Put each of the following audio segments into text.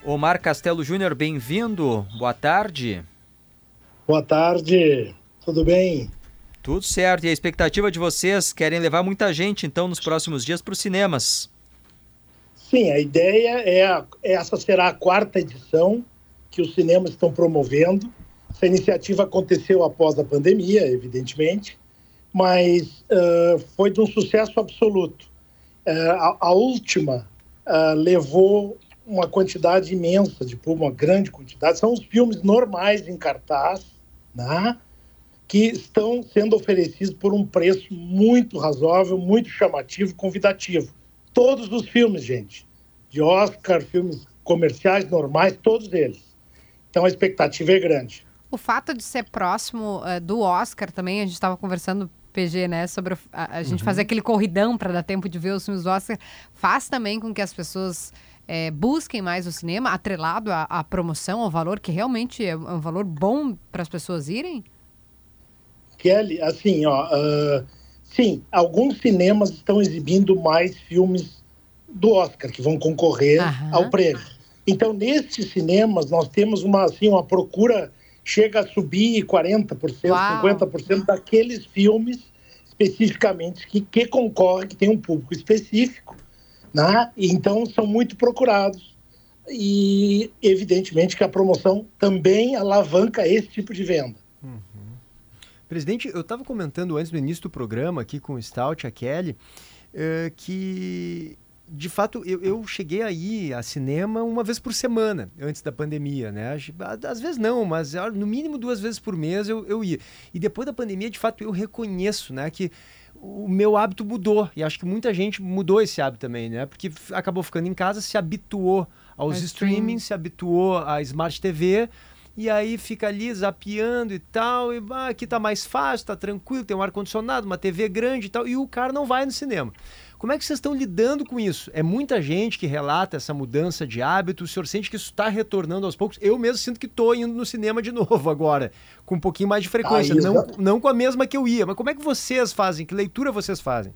Omar Castelo Júnior, bem-vindo. Boa tarde. Boa tarde. Tudo bem? Tudo certo. E a expectativa de vocês? Querem levar muita gente, então, nos próximos dias para os cinemas? Sim, a ideia essa será a 4ª edição que os cinemas estão promovendo. Essa iniciativa aconteceu após a pandemia, evidentemente, mas foi de um sucesso absoluto. A última levou uma quantidade imensa de público, uma grande quantidade. São os filmes normais em cartaz, né, que estão sendo oferecidos por um preço muito razoável, muito chamativo, convidativo. Todos os filmes, gente, de Oscar, filmes comerciais normais, todos eles. Então a expectativa é grande. O fato de ser próximo do Oscar também, a gente estava conversando, PG, né, sobre a gente fazer aquele corridão para dar tempo de ver os filmes do Oscar, faz também com que as pessoas busquem mais o cinema, atrelado à promoção, ao valor, que realmente é um valor bom para as pessoas irem? Kelly, assim, sim, alguns cinemas estão exibindo mais filmes do Oscar, que vão concorrer ao prêmio. Então, nesses cinemas, nós temos uma procura, chega a subir 40%, Uau. 50% daqueles filmes, especificamente, que concorrem, que tem um público específico, né? Então, são muito procurados. E, evidentemente, que a promoção também alavanca esse tipo de venda. Presidente, eu estava comentando antes, no início do programa, aqui com o Stout, a Kelly, que, de fato, eu cheguei a ir a cinema uma vez por semana, antes da pandemia, né? Às vezes não, mas no mínimo 2 vezes por mês eu ia. E depois da pandemia, de fato, eu reconheço, né, que o meu hábito mudou. E acho que muita gente mudou esse hábito também, né? Porque acabou ficando em casa, se habituou aos streamings, se habituou à Smart TV... E aí fica ali zapeando e tal, e aqui tá mais fácil, tá tranquilo, tem um ar-condicionado, uma TV grande e tal, e o cara não vai no cinema. Como é que vocês estão lidando com isso? É muita gente que relata essa mudança de hábito, o senhor sente que isso está retornando aos poucos? Eu mesmo sinto que estou indo no cinema de novo agora, com um pouquinho mais de frequência, não com a mesma que eu ia, mas como é que vocês fazem? Que leitura vocês fazem?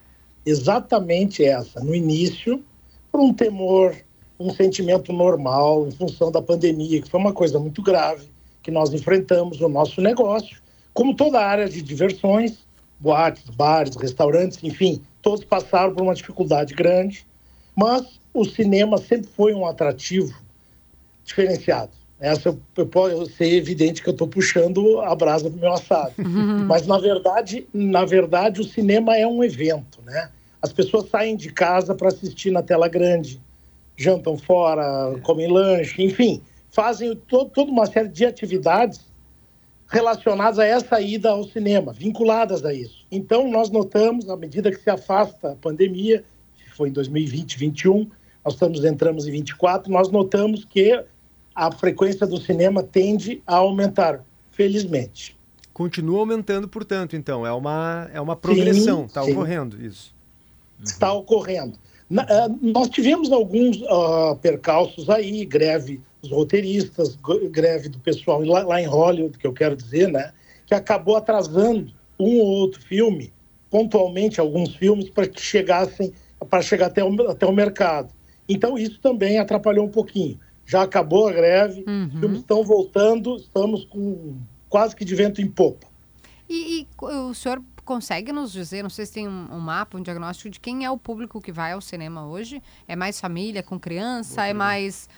Exatamente essa. No início, por um temor, um sentimento normal em função da pandemia, que foi uma coisa muito grave que nós enfrentamos no nosso negócio, como toda a área de diversões, boates, bares, restaurantes, enfim, todos passaram por uma dificuldade grande, mas o cinema sempre foi um atrativo diferenciado. Essa eu sei evidente que eu estou puxando a brasa do meu assado, mas na verdade o cinema é um evento, né? As pessoas saem de casa para assistir na tela grande, jantam fora, comem lanche, enfim, fazem toda uma série de atividades relacionadas a essa ida ao cinema, vinculadas a isso. Então, nós notamos, à medida que se afasta a pandemia, foi em 2020, 2021, entramos em 2024, nós notamos que a frequência do cinema tende a aumentar, felizmente. Continua aumentando, portanto, então, é uma progressão, está ocorrendo isso. Está ocorrendo. Nós tivemos alguns percalços aí, greve dos roteiristas, greve do pessoal lá em Hollywood, que eu quero dizer, né, que acabou atrasando um ou outro filme, pontualmente alguns filmes, para chegar até o mercado. Então isso também atrapalhou um pouquinho. Já acabou a greve, os filmes estão voltando, estamos com quase que de vento em popa. E o senhor consegue nos dizer, não sei se tem um mapa, um diagnóstico de quem é o público que vai ao cinema hoje? É mais família com criança? É mais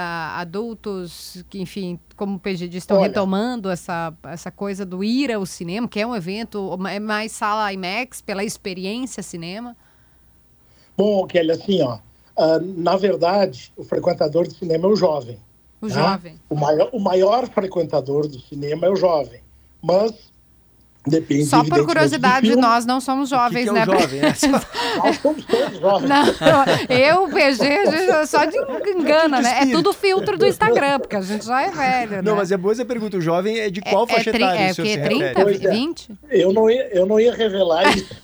adultos que, enfim, como o PG disse, estão retomando essa coisa do ir ao cinema, que é um evento, é mais sala IMAX pela experiência cinema? Bom, Kelly, assim, na verdade, o frequentador do cinema é o jovem. O jovem. O maior frequentador do cinema é o jovem. Mas depende. Só por curiosidade, nós não somos jovens, né? Jovem, Nós somos todos jovens. Não, eu, PG, só de engana, né? É tudo filtro do Instagram, porque a gente já é velho, Não, né? mas é boa essa pergunta. O jovem é de qual faixa etária? É o quê? 30, 20? Eu não ia revelar isso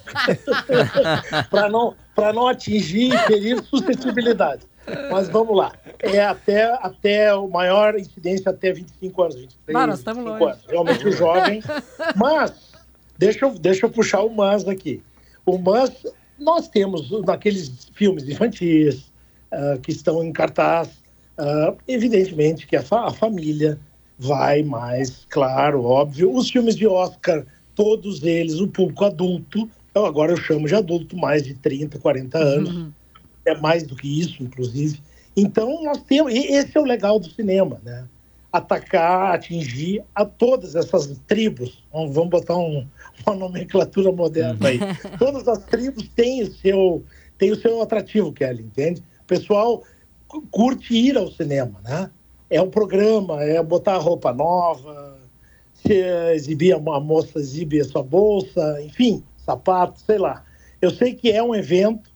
para não atingir e ferir suscetibilidade. Mas vamos lá. É até o maior incidência até 25 anos, 23, nós estamos longe. anos. Realmente o jovem. Mas, deixa eu puxar o mas aqui. O mas, nós temos naqueles filmes infantis que estão em cartaz, Evidentemente que a família vai mais, claro, óbvio. Os filmes de Oscar, todos eles, o público adulto, agora eu chamo de adulto, mais de 30, 40 anos, é mais do que isso, inclusive. Então, nós temos, e esse é o legal do cinema, né? Atacar, atingir a todas essas tribos. Vamos botar uma nomenclatura moderna aí. Todas as tribos têm o seu atrativo, Kelly, entende? O pessoal curte ir ao cinema, né? É um programa, é botar roupa nova, se exibir, a moça exibe a sua bolsa, enfim, sapato, sei lá. Eu sei que é um evento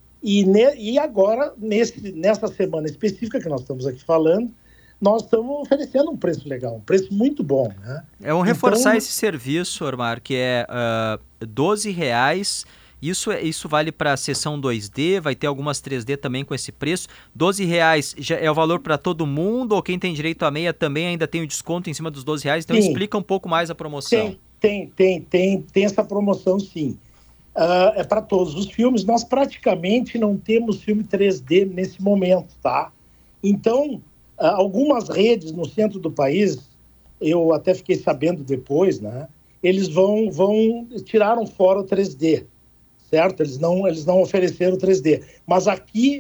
e agora, nessa semana específica que nós estamos aqui falando, nós estamos oferecendo um preço legal, um preço muito bom, né? É um reforçar esse serviço, Ormar, que é R$12. Isso vale para a sessão 2D, vai ter algumas 3D também com esse preço. R$12 já é o valor para todo mundo, ou quem tem direito à meia também ainda tem o desconto em cima dos R$12? Então sim, explica um pouco mais a promoção. Tem essa promoção, sim. É para todos os filmes. Nós praticamente não temos filme 3D nesse momento, tá? Então, algumas redes no centro do país, eu até fiquei sabendo depois, né? Eles tiraram fora o 3D, certo? Eles não ofereceram 3D. Mas aqui,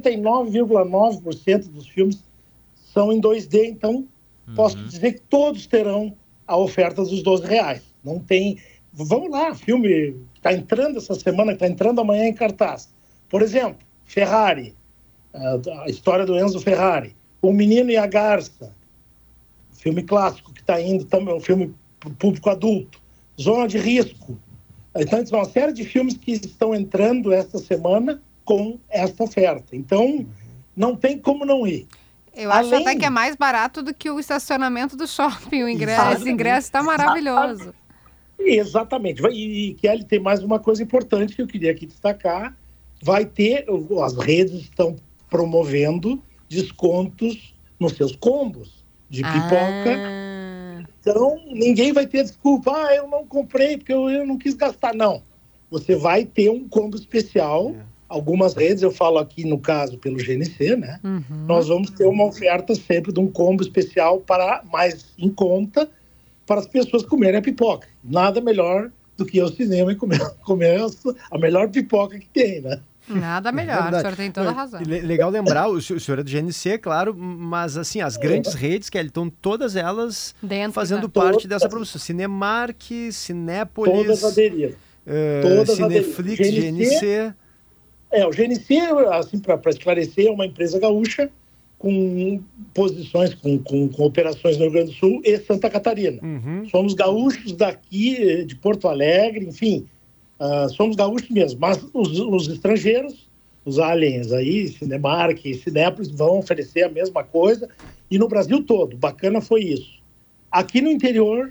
99,9% dos filmes são em 2D, então posso dizer que todos terão a oferta dos R$12. Não tem... Vamos lá, filme que está entrando essa semana, que está entrando amanhã em cartaz. Por exemplo, Ferrari, a história do Enzo Ferrari. O Menino e a Garça, filme clássico que está indo também, um filme público adulto. Zona de Risco. Então, são uma série de filmes que estão entrando essa semana com essa oferta. Então, não tem como não ir. Eu acho até que é mais barato do que o estacionamento do shopping, o ingresso. Esse ingresso está maravilhoso. Exatamente. E Kelly, tem mais uma coisa importante que eu queria aqui destacar. Vai ter, as redes estão promovendo descontos nos seus combos de pipoca. Então, ninguém vai ter desculpa. Eu não comprei porque eu não quis gastar. Não. Você vai ter um combo especial. Algumas redes, eu falo aqui no caso pelo GNC, né? Nós vamos ter uma oferta sempre de um combo especial para mais em conta para as pessoas comerem a pipoca. Nada melhor do que ir ao cinema e comer a melhor pipoca que tem, né? Nada melhor, o senhor tem toda a razão. Legal lembrar, o senhor é do GNC, claro, mas assim, as grandes redes, que estão todas elas dentro, fazendo parte dessa promoção. Cinemark, Cinépolis, todas aderiram. Cineflix, GNC. O GNC, assim, para esclarecer, é uma empresa gaúcha com posições, com operações no Rio Grande do Sul e Santa Catarina. Somos gaúchos daqui, de Porto Alegre, enfim, somos gaúchos mesmo, mas os estrangeiros, os aliens aí, Cinemark e Cinépolis, vão oferecer a mesma coisa, e no Brasil todo, bacana foi isso. Aqui no interior,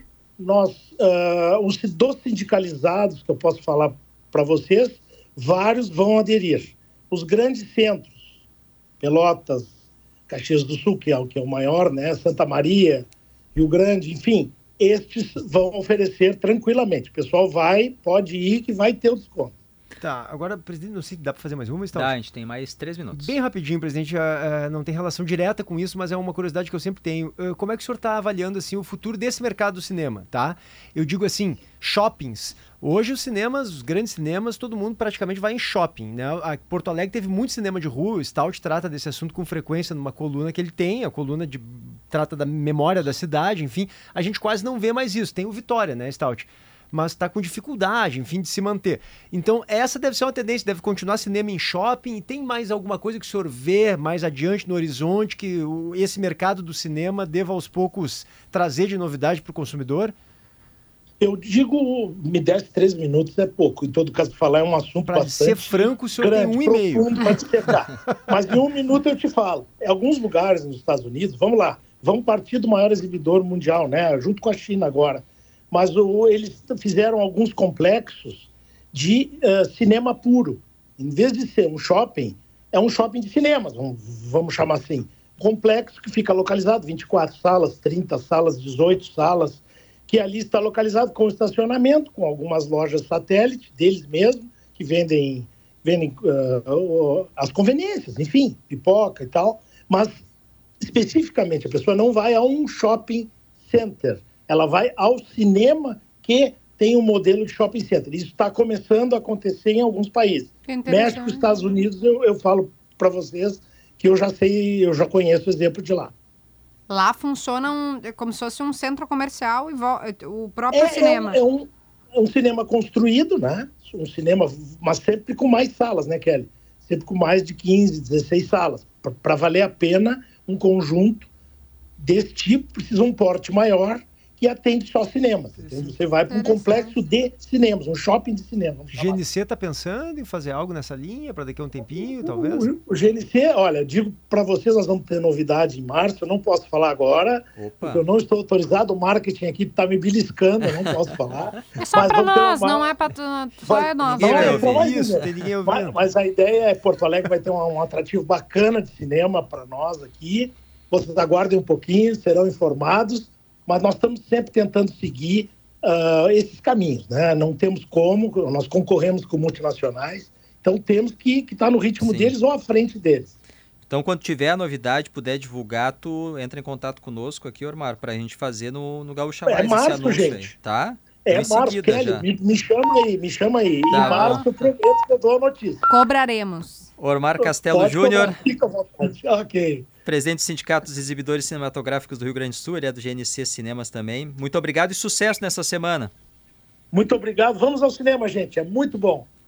os dos sindicalizados, que eu posso falar para vocês, vários vão aderir. Os grandes centros, Pelotas, Caxias do Sul, que é o maior, né? Santa Maria, Rio Grande, enfim, estes vão oferecer tranquilamente. O pessoal pode ir que vai ter o desconto. Tá, agora, presidente, não sei se dá para fazer mais uma. Dá, a gente tem mais 3 minutos. Bem rapidinho, presidente, não tem relação direta com isso, mas é uma curiosidade que eu sempre tenho. Como é que o senhor está avaliando assim, o futuro desse mercado do cinema, tá? Eu digo assim, shoppings. Hoje os cinemas, os grandes cinemas, todo mundo praticamente vai em shopping, né? A Porto Alegre teve muito cinema de rua, o Stout trata desse assunto com frequência numa coluna que ele tem, a coluna trata da memória da cidade, enfim. A gente quase não vê mais isso. Tem o Vitória, né, Stout? Mas está com dificuldade, enfim, de se manter. Então, essa deve ser uma tendência, deve continuar cinema em shopping. E tem mais alguma coisa que o senhor vê mais adiante no horizonte que esse mercado do cinema deva aos poucos trazer de novidade para o consumidor? Eu digo, me desse 3 minutos é pouco. Em todo caso, falar é um assunto pra bastante ser franco, o senhor grande, tem 1,5. para explicar. Mas em 1 minuto eu te falo. Em alguns lugares nos Estados Unidos, vamos lá, vamos partir do maior exibidor mundial, né? Junto com a China agora. Mas eles fizeram alguns complexos de cinema puro. Em vez de ser um shopping, é um shopping de cinemas, vamos chamar assim. Complexo que fica localizado, 24 salas, 30 salas, 18 salas, que ali está localizado com estacionamento, com algumas lojas satélite deles mesmos, que vendem as conveniências, enfim, pipoca e tal, mas especificamente, a pessoa não vai a um shopping center, ela vai ao cinema que tem um modelo de shopping center. Isso está começando a acontecer em alguns países. México, Estados Unidos, eu falo para vocês que eu já conheço o exemplo de lá. Lá funciona como se fosse um centro comercial e o próprio cinema. É um cinema construído, né? Um cinema, mas sempre com mais salas, né, Kelly? Sempre com mais de 15, 16 salas. Para valer a pena, um conjunto desse tipo precisa um porte maior que atende só cinemas. Então, você vai para um complexo de cinemas, um shopping de cinema. O GNC está pensando em fazer algo nessa linha para daqui a um tempinho, talvez? O GNC, olha, digo para vocês, nós vamos ter novidade em março, eu não posso falar agora, porque eu não estou autorizado, o marketing aqui está me beliscando, eu não posso falar. É só para nós, não é para só é nós. Mas a ideia é Porto Alegre vai ter um atrativo bacana de cinema para nós aqui, vocês aguardem um pouquinho, serão informados, mas nós estamos sempre tentando seguir esses caminhos, né? Não temos como, nós concorremos com multinacionais, então temos que estar no ritmo deles ou à frente deles. Então, quando tiver a novidade, puder divulgar, tu entra em contato conosco aqui, Ormar, para a gente fazer no Gaúcha Mais março, esse anúncio, gente. Aí, tá? Março, Kelly, me chama aí. Tá, em março eu prometo que eu dou a notícia. Cobraremos. Ormar Castelo Júnior. Fica à vontade. Ok. Presidente do Sindicato dos Exibidores Cinematográficos do Rio Grande do Sul, ele é do GNC Cinemas também. Muito obrigado e sucesso nessa semana. Muito obrigado. Vamos ao cinema, gente. É muito bom.